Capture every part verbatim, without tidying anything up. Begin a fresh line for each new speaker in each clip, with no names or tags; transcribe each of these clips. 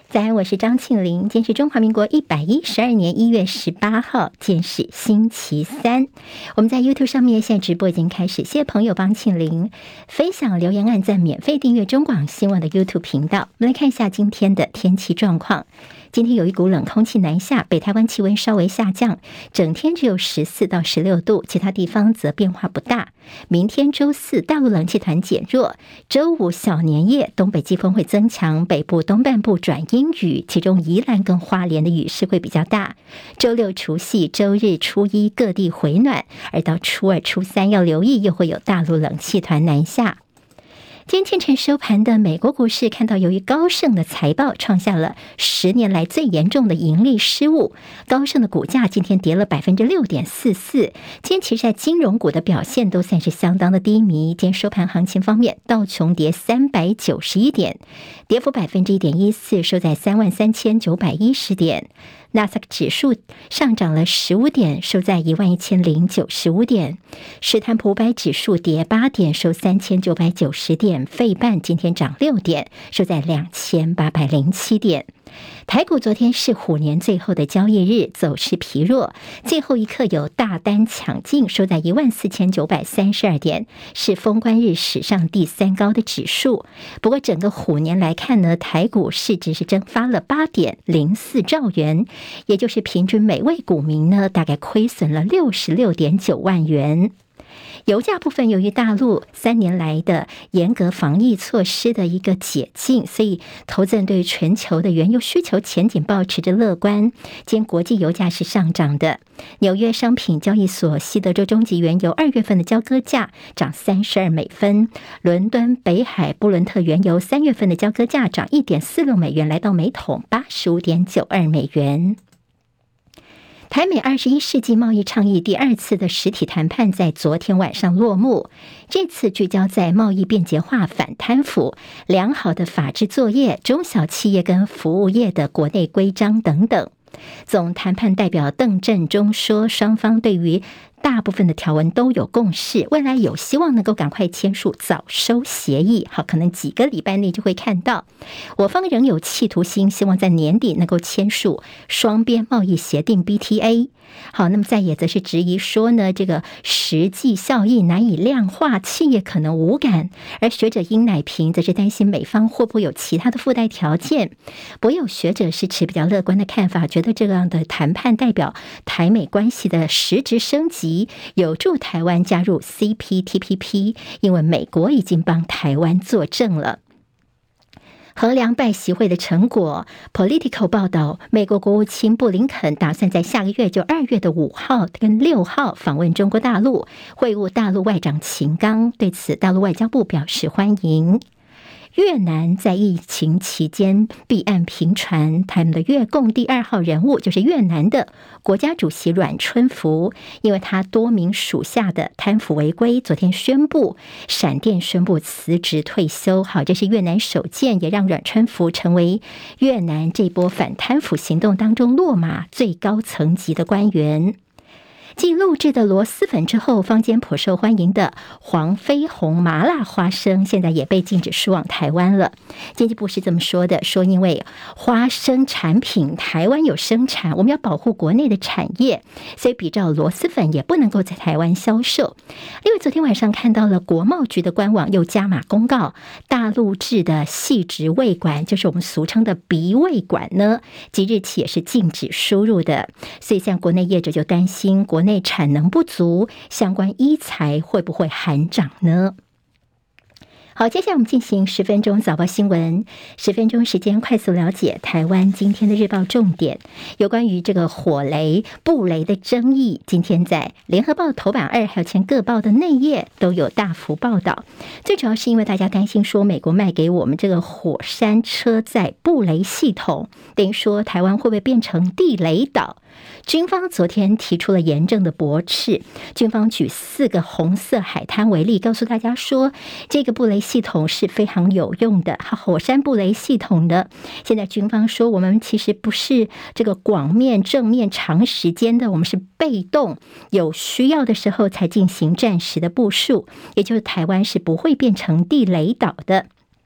早安，我是张庆玲。今天是中华民国一百一十二年一月十八号，今天是星期三。我们在 YouTube 上面现在直播已经开始，谢谢朋友帮庆玲分享、留言、按赞、免费订阅中广新闻的 YouTube 频道。我们来看一下今天的天气状况。今天有一股冷空气南下，北台湾气温稍微下降，整天只有十四到十六度，其他地方则变化不大。明天周四大陆冷气团减弱，周五小年夜东北季风会增强，北部东半部转阴雨，其中宜兰跟花莲的雨势会比较大。周六除夕、周日初一各地回暖，而到初二、初三要留意，又会有大陆冷气团南下。今天清晨收盘的美国股市，看到由于高盛的财报创下了十年来最严重的盈利失误，高盛的股价今天跌了百分之六点四四。今天其实在金融股的表现都算是相当的低迷。今天收盘行情方面，道琼跌三百九十一点，跌幅百分之一点一四，收在三万三千九百一十点。纳斯达克指数上涨了十五点，收在一万一千零九十五点。史坦普五百指数跌八点，收三千九百九十点。费半今天涨六点，收在两千八百零七点。台股昨天是虎年最后的交易日，走势疲弱，最后一刻有大单抢进，收在一万四千九百三十二点，是封关日史上第三高的指数。不过整个虎年来看呢，台股市值是蒸发了八点零四兆元，也就是平均每位股民呢大概亏损了六十六点九万元。油价部分，由于大陆三年来的严格防疫措施的一个解禁，所以投资人对全球的原油需求前景抱持着乐观。今天国际油价是上涨的，纽约商品交易所西德州中级原油二月份的交割价涨三十二美分，伦敦北海布伦特原油三月份的交割价涨一点四六美元，来到每桶八十五点九二美元。台美二十一世纪贸易倡议第二次的实体谈判在昨天晚上落幕，这次聚焦在贸易便捷化、反贪腐、良好的法治作业、中小企业跟服务业的国内规章等等。总谈判代表邓振中说，双方对于大部分的条文都有共识，未来有希望能够赶快签署早收协议。好，可能几个礼拜内就会看到。我方仍有企图心，希望在年底能够签署双边贸易协定 B T A。好，那么在野则是质疑说呢，这个实际效益难以量化，企业可能无感。而学者殷乃平则是担心美方会不会有其他的附带条件。不过有学者是持比较乐观的看法，觉得这样的谈判代表台美关系的实质升级，有助台湾加入 C P T P P， 因为美国已经帮台湾作证了。衡量拜习会的成果 ，Politico 报道，美国国务卿布林肯打算在下个月，就二月的五号跟六号访问中国大陆，会晤大陆外长秦刚。对此，大陆外交部表示欢迎。越南在疫情期间弊案频传，他们的越共第二号人物就是越南的国家主席阮春福，因为他多名属下的贪腐违规，昨天宣布闪电宣布辞职退休。好，这是越南首见，也让阮春福成为越南这波反贪腐行动当中落马最高层级的官员。继录制的螺蛳粉之后，坊间颇受欢迎的黄飞鸿麻辣花生现在也被禁止输往台湾了。经济部是这么说的，说因为花生产品台湾有生产，我们要保护国内的产业，所以比照螺蛳粉也不能够在台湾销售。另外昨天晚上看到了国贸局的官网又加码公告，大陆制的细植胃管，就是我们俗称的鼻胃管呢，即日起也是禁止输入的。所以像国内业者就担心国内产能不足，相关医材会不会喊涨呢？好，接下来我们进行十分钟早报新闻，十分钟时间快速了解台湾今天的日报重点。有关于这个火雷、布雷的争议，今天在联合报头版二还有前各报的内页都有大幅报道。最主要是因为大家担心说，美国卖给我们这个火山车载布雷系统，等于说台湾会不会变成地雷岛？军方昨天提出了严正的驳斥，军方举四个红色海滩为例，告诉大家说这个布雷系统是非常有用的，火山布雷系统的。现在军方说我们其实不是这个广面正面长时间的，我们是被动，有需要的时候才进行战时的部署，也就是台湾是不会变成地雷岛的。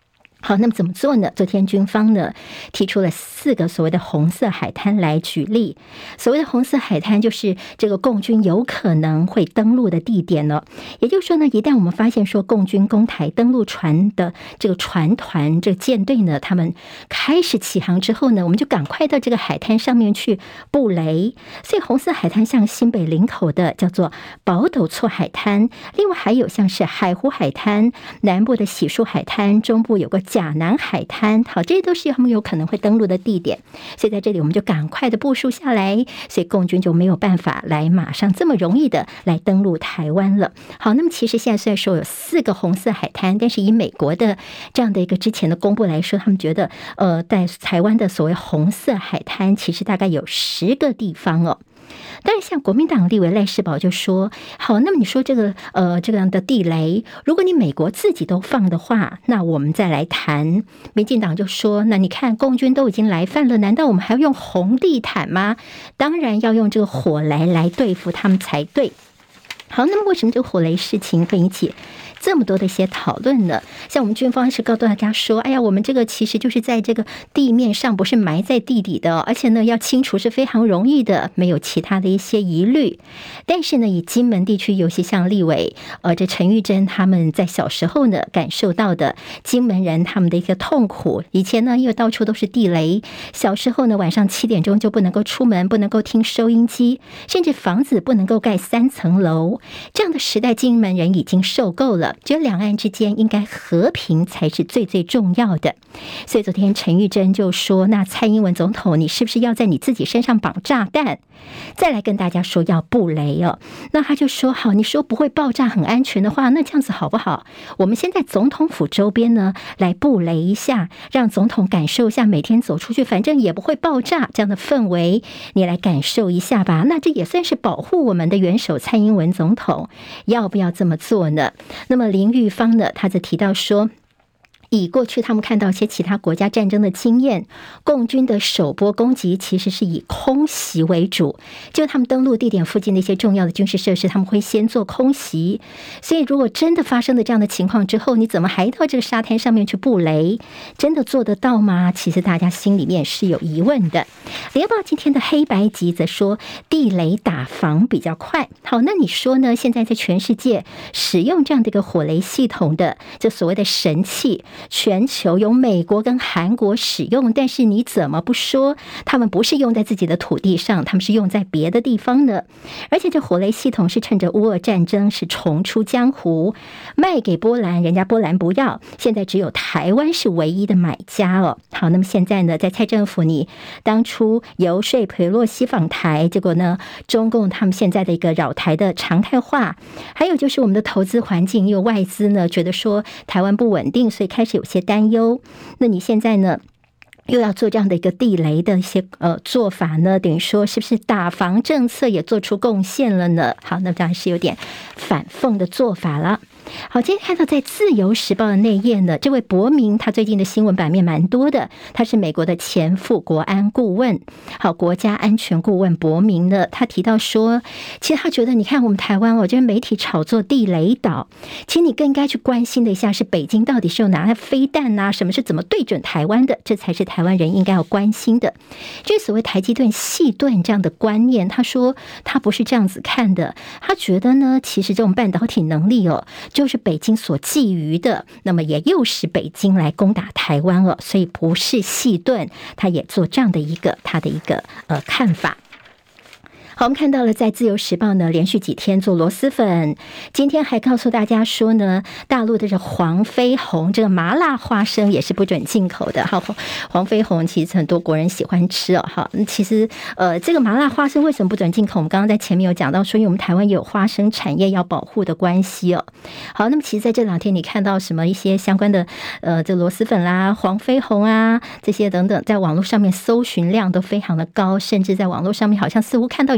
好，那么怎么做呢？昨天军方呢提出了四个所谓的红色海滩来举例。所谓的红色海滩就是这个共军有可能会登陆的地点了。也就是说呢，一旦我们发现说共军攻台登陆船的这个船团、这个舰队呢，他们开始起航之后呢，我们就赶快到这个海滩上面去布雷。所以红色海滩像新北林口的叫做宝斗错海滩，另外还有像是海湖海滩、南部的喜树海滩，中部有个甲南海滩，好，这些都是他们有可能会登陆的地点，所以在这里我们就赶快的部署下来，所以共军就没有办法来马上这么容易的来登陆台湾了。好，那么其实现在虽然说有四个红色海滩，但是以美国的这样的一个之前的公布来说，他们觉得呃，在台湾的所谓红色海滩，其实大概有十个地方哦。但是像国民党立委赖士葆就说，好，那么你说这个呃这样的地雷，如果你美国自己都放的话，那我们再来谈。民进党就说，那你看共军都已经来犯了，难道我们还要用红地毯吗？当然要用这个火雷来对付他们才对。好，那么为什么这个火雷事情会引起这么多的一些讨论呢？像我们军方是告诉大家说，哎呀，我们这个其实就是在这个地面上，不是埋在地底的，而且呢要清除是非常容易的，没有其他的一些疑虑。但是呢，以金门地区，尤其像立委呃这陈玉珍他们在小时候呢感受到的金门人他们的一个痛苦，以前呢因为到处都是地雷，小时候呢晚上七点钟就不能够出门，不能够听收音机，甚至房子不能够盖三层楼，这样的时代金门人已经受够了，觉得两岸之间应该和平才是最最重要的。所以昨天陈玉珍就说，那蔡英文总统你是不是要在你自己身上绑炸弹，再来跟大家说要布雷哦？那他就说，好，你说不会爆炸很安全的话，那这样子好不好？我们先在总统府周边呢来布雷一下，让总统感受一下每天走出去反正也不会爆炸这样的氛围，你来感受一下吧。那这也算是保护我们的元首蔡英文总统，要不要这么做呢？那么林玉芳呢，他则提到说，以过去他们看到一些其他国家战争的经验，共军的首波攻击其实是以空袭为主，就他们登陆地点附近的一些重要的军事设施，他们会先做空袭。所以如果真的发生了这样的情况之后，你怎么还到这个沙滩上面去布雷？真的做得到吗？其实大家心里面是有疑问的。联报今天的黑白集则说，地雷打防比较快。好，那你说呢？现在在全世界使用这样的一个火雷系统的这所谓的神器，全球有美国跟韩国使用，但是你怎么不说他们不是用在自己的土地上，他们是用在别的地方呢？而且这火雷系统是趁着乌俄战争是重出江湖，卖给波兰，人家波兰不要，现在只有台湾是唯一的买家哦。好，那么现在呢，在蔡政府你当初游说裴洛西访台，结果呢，中共他们现在的一个扰台的常态化，还有就是我们的投资环境，因为外资呢觉得说台湾不稳定，所以开始有些担忧。那你现在呢又要做这样的一个地雷的一些呃做法呢，等于说是不是打防政策也做出贡献了呢？好，那当然是有点反讽的做法了。好，今天看到在自由时报的内页呢，这位伯明他最近的新闻版面蛮多的，他是美国的前副国安顾问，好，国家安全顾问伯明呢，他提到说，其实他觉得你看我们台湾，我觉得媒体炒作地雷岛，其实你更应该去关心的一下是北京到底是有拿来飞弹啊，什么是怎么对准台湾的，这才是台湾人应该要关心的。这所谓台积电细盾这样的观念，他说他不是这样子看的，他觉得呢，其实这种半导体能力哦，就是北京所觊觎的，那么也诱使北京来攻打台湾了，所以不是细盾，他也做这样的一个他的一个呃看法。好，我们看到了在自由时报呢连续几天做螺蛳粉，今天还告诉大家说呢，大陆的这黄飞鸿这个麻辣花生也是不准进口的。好，黄飞鸿其实很多国人喜欢吃哦。好，其实呃这个麻辣花生为什么不准进口？我们刚刚在前面有讲到说，因为我们台湾也有花生产业要保护的关系哦。好，那么其实在这两天你看到什么一些相关的呃这螺蛳粉啦、黄飞鸿啊这些等等，在网络上面搜寻量都非常的高，甚至在网络上面好像似乎看到有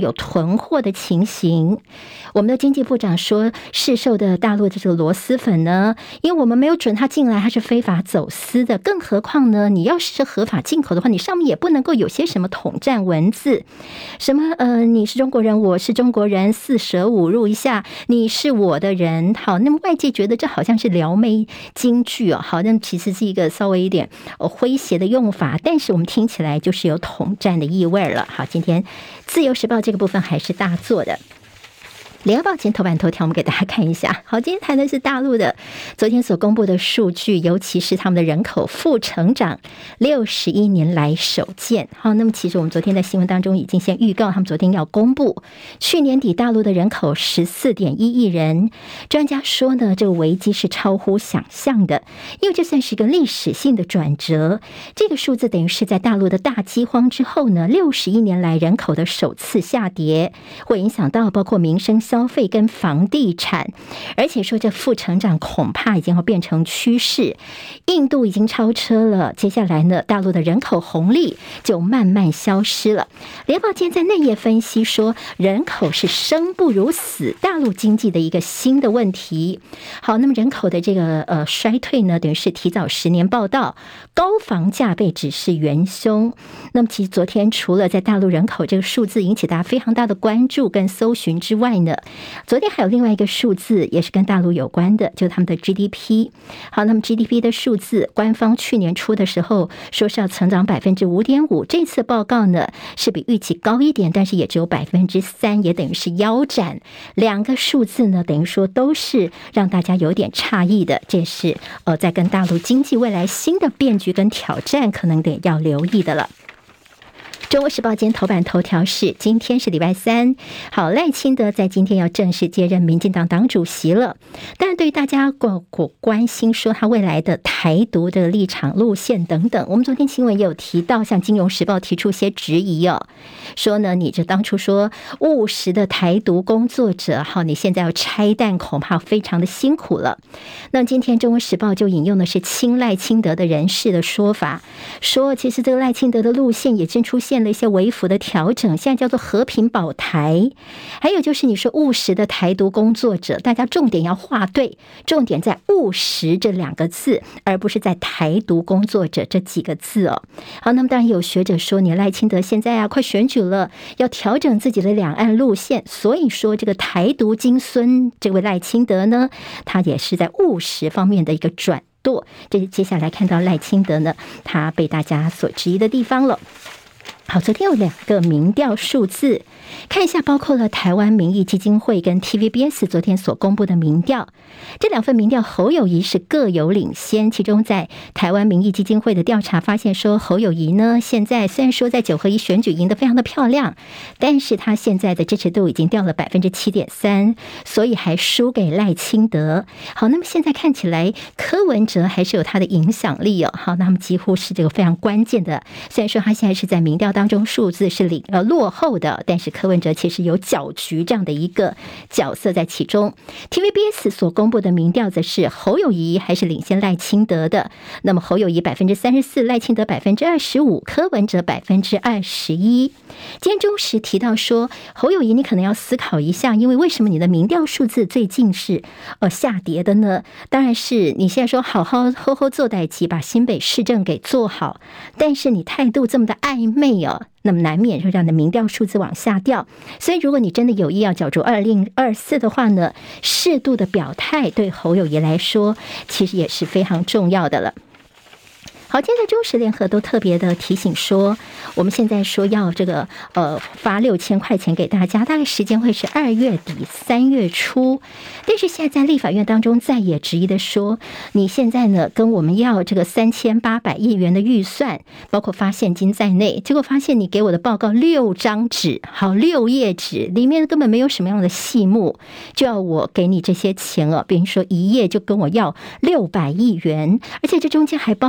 有囤货的情形。我们的经济部长说，市售的大陆的这个螺蛳粉呢，因为我们没有准它进来，它是非法走私的，更何况呢，你要是合法进口的话，你上面也不能够有些什么统战文字，什么呃，你是中国人，我是中国人，四舍五入一下，你是我的人。好，那么外界觉得这好像是撩妹金句哦，好，那其实是一个稍微一点呃诙谐的用法，但是我们听起来就是有统战的意味了。好，今天自由时报这个部分还是大做的。联合报前头版头条，我们给大家看一下。好，今天谈的是大陆的昨天所公布的数据，尤其是他们的人口负成长六十一年来首见。好，那么其实我们昨天在新闻当中已经先预告，他们昨天要公布去年底大陆的人口十四点一亿人。专家说呢，这个危机是超乎想象的，因为这算是一个历史性的转折。这个数字等于是在大陆的大饥荒之后呢，六十一年来人口的首次下跌，会影响到包括民生消费跟房地产，而且说这负成长恐怕已经要变成趋势。印度已经超车了，接下来呢，大陆的人口红利就慢慢消失了。联报今天在内页分析说，人口是生不如死，大陆经济的一个新的问题。好，那么人口的这个呃衰退呢，等于是提早十年报道，高房价被指是元凶。那么其实昨天除了在大陆人口这个数字引起大家非常大的关注跟搜寻之外呢，昨天还有另外一个数字也是跟大陆有关的，就是他们的 G D P。 好，那么 G D P 的数字，官方去年初的时候说是要成长 百分之五点五， 这次报告呢是比预期高一点，但是也只有 百分之三， 也等于是腰斩。两个数字呢等于说都是让大家有点诧异的，这是呃在跟大陆经济未来新的变局跟挑战可能得要留意的了。中国时报今天头版头条是，今天是礼拜三，好，赖清德在今天要正式接任民进党党主席了。当然对于大家过过关心说他未来的台独的立场路线等等，我们昨天新闻也有提到，像金融时报提出一些质疑哦，说呢你这当初说务实的台独工作者，好，你现在要拆弹恐怕非常的辛苦了。那今天中国时报就引用的是亲赖清德的人士的说法，说其实这个赖清德的路线也正出现了一些微幅的调整，现在叫做和平保台。还有就是你说务实的台独工作者，大家重点要划对，重点在务实这两个字，而不是在台独工作者这几个字哦。好，那么当然有学者说，你赖清德现在啊快选举了，要调整自己的两岸路线，所以说这个台独金孙这位赖清德呢，他也是在务实方面的一个转舵。这是接下来看到赖清德呢，他被大家所质疑的地方了。好，昨天有两个民调数字，看一下，包括了台湾民意基金会跟 T V B S 昨天所公布的民调。这两份民调侯友宜是各有领先，其中在台湾民意基金会的调查发现说，侯友宜呢现在虽然说在九合一选举赢得非常的漂亮，但是他现在的支持度已经掉了 百分之七点三， 所以还输给赖清德。好，那么现在看起来柯文哲还是有他的影响力哦。好，那么几乎是这个非常关键的，虽然说他现在是在民调当中数字是领呃落后的，但是柯文哲其实有搅局这样的一个角色在其中。 T V B S 所公布的民调则是侯友宜还是领先赖清德的，那么侯友宜 百分之三十四， 赖清德 百分之二十五， 柯文哲 百分之二十一。 今天中时提到说，侯友宜你可能要思考一下，因为为什么你的民调数字最近是呃下跌的呢？当然是你现在说好好好好做代志，把新北市政给做好，但是你态度这么的暧昧哦，那么难免会让你的民调数字往下掉。所以如果你真的有意要角逐二零二四的话呢，适度的表态对侯友宜来说其实也是非常重要的了。好，今天的中时联合都特别的提醒说，我们现在说要这个呃发六千块钱给大家，大概时间会是二月底三月初。但是现在在立法院当中再也质疑的说，你现在呢跟我们要这个三千八百亿元的预算，包括发现金在内，结果发现你给我的报告六张纸，好六页纸，里面根本没有什么样的细目，就要我给你这些钱哦，比如说一页就跟我要六百亿元，而且这中间还包含了一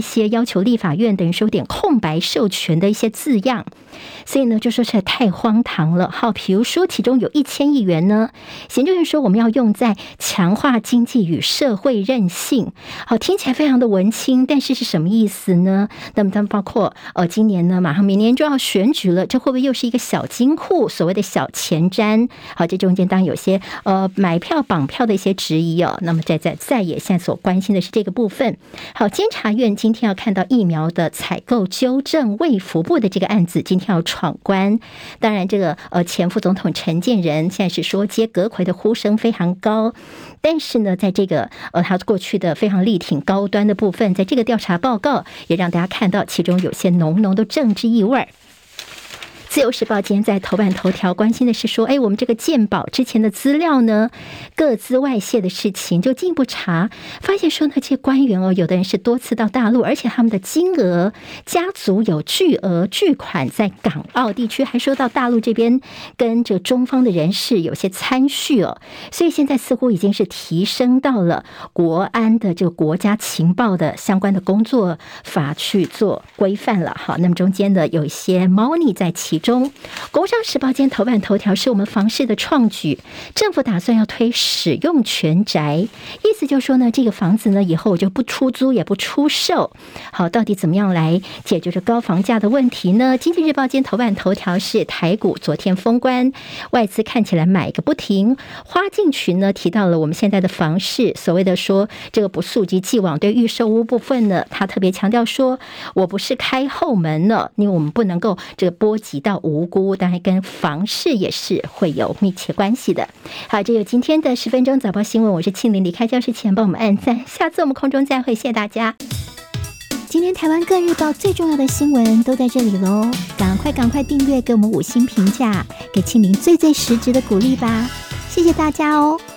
些要求立法院等于说有点空白授权的一些字样，所以呢就说实在太荒唐了。好，比如说其中有一千亿元呢，行政院说我们要用在强化经济与社会韧性。好，听起来非常的文青，但是是什么意思呢？那么它包括呃今年呢马上明年就要选举了，这会不会又是一个小金库，所谓的小前瞻？好，这中间当然有些呃买票绑票的一些质疑哦。那么在在在野现在所关心的是这个部分。好，监察院今天要看到疫苗的采购纠正卫福部的这个案子，今天要闯关。当然这个呃前副总统陈建仁现在是说接阁揆的呼声非常高，但是呢在这个呃他过去的非常力挺高端的部分，在这个调查报告也让大家看到其中有些浓浓的政治意味。自由时报今天在头版头条关心的是说，哎，我们这个健保之前的资料呢，各自外泄的事情，就进一步查，发现说呢，这些官员哦，有的人是多次到大陆，而且他们的金额家族有巨额巨款在港澳地区，还说到大陆这边跟这中方的人士有些参叙哦，所以现在似乎已经是提升到了国安的这个国家情报的相关的工作法去做规范了。好，那么中间的有一些猫腻在其中。中工商时报今天头版头条是我们房市的创举，政府打算要推使用权宅，意思就是说呢，这个房子呢以后就不出租也不出售。好，到底怎么样来解决这高房价的问题呢？经济日报今天头版头条是台股昨天封关，外资看起来买个不停。花敬群呢提到了我们现在的房市，所谓的说这个不溯及既往对预售屋部分呢，他特别强调说，我不是开后门了，因为我们不能够这个波及到无辜，当然跟房市也是会有密切关系的。好，这有今天的十分钟早报新闻，我是庆玲，离开教室前帮我们按赞，下次我们空中再会，谢谢大家。
今天台湾各日报最重要的新闻都在这里喽，赶快赶快订阅，给我们五星评价，给庆玲最最实质的鼓励吧，谢谢大家哦。